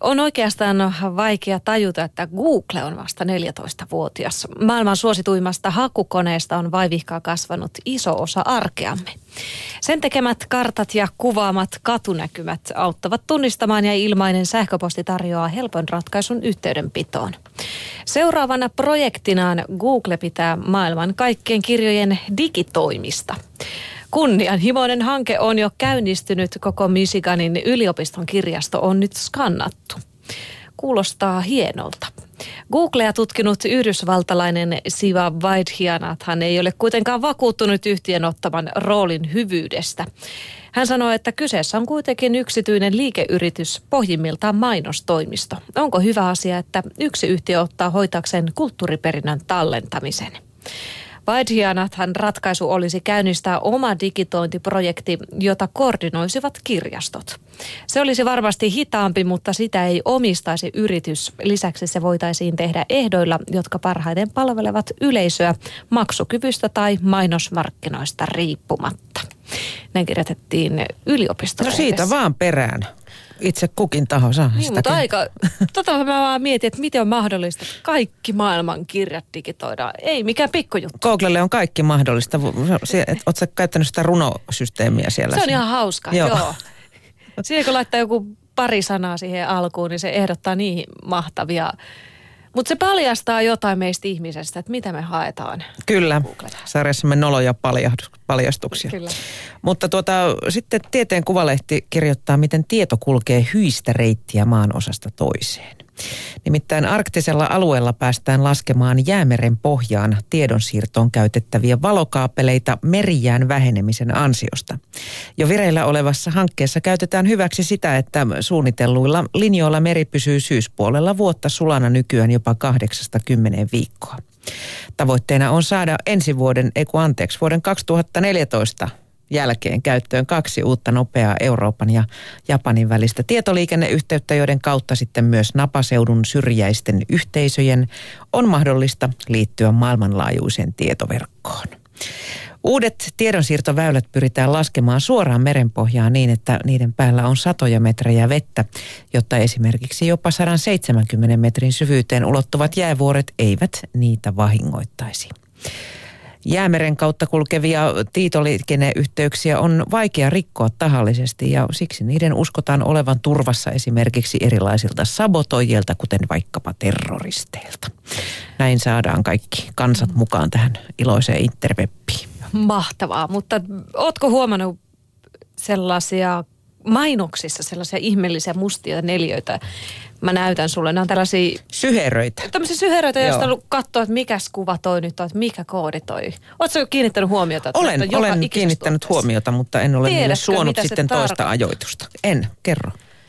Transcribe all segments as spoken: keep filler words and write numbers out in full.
On oikeastaan vaikea tajuta, että Google on vasta neljätoistavuotias. Maailman suosituimmasta hakukoneesta on vaivihkaa kasvanut iso osa arkeamme. Sen tekemät kartat ja kuvaamat katunäkymät auttavat tunnistamaan ja ilmainen sähköposti tarjoaa helpon ratkaisun yhteydenpitoon. Seuraavana projektinaan Google pitää maailman kaikkien kirjojen digitoimista. Kunnianhimoinen hanke on jo käynnistynyt, koko Michiganin yliopiston kirjasto on nyt skannattu. Kuulostaa hienolta. Googlea tutkinut yhdysvaltalainen Siva Vaidhyanathan ei ole kuitenkaan vakuuttunut yhtiön ottaman roolin hyvyydestä. Hän sanoi, että kyseessä on kuitenkin yksityinen liikeyritys, pohjimmiltaan mainostoimisto. Onko hyvä asia, että yksi yhtiö ottaa hoitakseen kulttuuriperinnön tallentamisen? Vaidhyanathan ratkaisu olisi käynnistää oma digitointiprojekti, jota koordinoisivat kirjastot. Se olisi varmasti hitaampi, mutta sitä ei omistaisi yritys. Lisäksi se voitaisiin tehdä ehdoilla, jotka parhaiten palvelevat yleisöä maksukyvystä tai mainosmarkkinoista riippumatta. Näin kirjoitettiin yliopistolehdessä. No siitä vaan perään. Itse kukin taho saa niin, sitä. Mutta aika, tota mä vaan mietin, että miten on mahdollista, että kaikki maailman kirjat digitoidaan. Ei mikään pikkujuttu. Googlelle on kaikki mahdollista. Oletko sä käyttänyt sitä runosysteemiä siellä? Se on ihan hauska, joo. joo. Siihen kun laittaa joku pari sanaa siihen alkuun, niin se ehdottaa niihin mahtavia. Mutta se paljastaa jotain meistä ihmisestä, että mitä me haetaan. Kyllä, sarjassamme noloja paljastuksia. Kyllä. Mutta tuota, sitten Tieteen Kuvalehti kirjoittaa, miten tieto kulkee hyistä reittiä maan osasta toiseen. Nimittäin arktisella alueella päästään laskemaan Jäämeren pohjaan tiedonsiirtoon käytettäviä valokaapeleita merijään vähenemisen ansiosta. Jo vireillä olevassa hankkeessa käytetään hyväksi sitä, että suunnitelluilla linjoilla meri pysyy syyspuolella vuotta sulana nykyään jopa kahdeksasta kymmeneen viikkoa. Tavoitteena on saada ensi vuoden, ei kun anteeksi, vuoden kaksituhattaneljätoista jälkeen käyttöön kaksi uutta nopeaa Euroopan ja Japanin välistä tietoliikenneyhteyttä, joiden kautta sitten myös napaseudun syrjäisten yhteisöjen on mahdollista liittyä maailmanlaajuiseen tietoverkkoon. Uudet tiedonsiirtoväylät pyritään laskemaan suoraan merenpohjaan niin, että niiden päällä on satoja metrejä vettä, jotta esimerkiksi jopa sata seitsemänkymmentä metrin syvyyteen ulottuvat jäävuoret eivät niitä vahingoittaisi. Jäämeren kautta kulkevia tietoliikenneyhteyksiä on vaikea rikkoa tahallisesti ja siksi niiden uskotaan olevan turvassa esimerkiksi erilaisilta sabotoijilta, kuten vaikkapa terroristeilta. Näin saadaan kaikki kansat mukaan tähän iloiseen interwebbiin. Mahtavaa, mutta ootko huomannut sellaisia mainoksissa, sellaisia ihmeellisiä mustia neliöitä? Mä näytän sulle. Nämä on tällaisia... Syheröitä. Tämmöisiä syheröitä, joista on katsoa, että mikäs kuva toi nyt on, että mikä koodi toi. Ootko kiinnittänyt huomiota? Että olen, olen kiinnittänyt tuotteessa huomiota, mutta en ole niille suonut sitten tar- toista ajoitusta. En, kerro.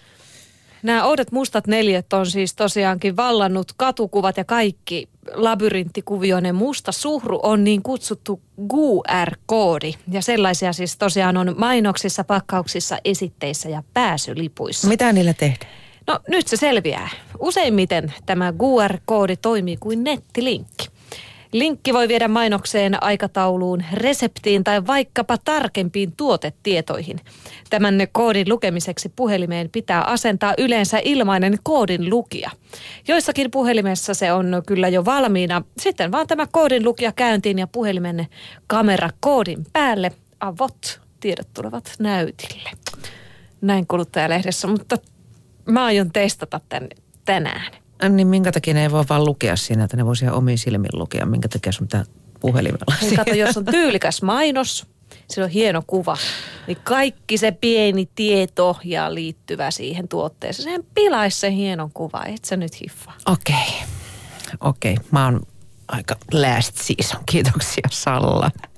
Nämä oudet mustat neliöt on siis tosiaankin vallannut katukuvat ja kaikki labyrinttikuvioinen musta suhru on niin kutsuttu Q R-koodi. Ja sellaisia siis tosiaan on mainoksissa, pakkauksissa, esitteissä ja pääsylipuissa. Mitä niillä tehdään? No nyt se selviää. Useimmiten tämä Q R-koodi toimii kuin nettilinkki. Linkki voi viedä mainokseen, aikatauluun, reseptiin tai vaikkapa tarkempiin tuotetietoihin. Tämän koodin lukemiseksi puhelimeen pitää asentaa yleensä ilmainen koodin lukija. Joissakin puhelimessa se on kyllä jo valmiina. Sitten vaan tämä koodin lukija käyntiin ja puhelimen kamera koodin päälle. Avot, tiedot tulevat näytille. Näin Kuluttajalehdessä, mutta mä aion testata tän tänään. Niin minkä takia ne ei voi vaan lukea siinä, että ne voisi ihan omiin silmin lukea, minkä takia sun pitää puhelimella. Hei, kato, jos on tyylikäs mainos, sillä on hieno kuva, niin kaikki se pieni tieto ja liittyvä siihen tuotteeseen, sehän pilaisi sen hienon kuva, et sä nyt hiffaa. Okei, okay. okei. Okay. Mä oon aika last season. Kiitoksia Salla.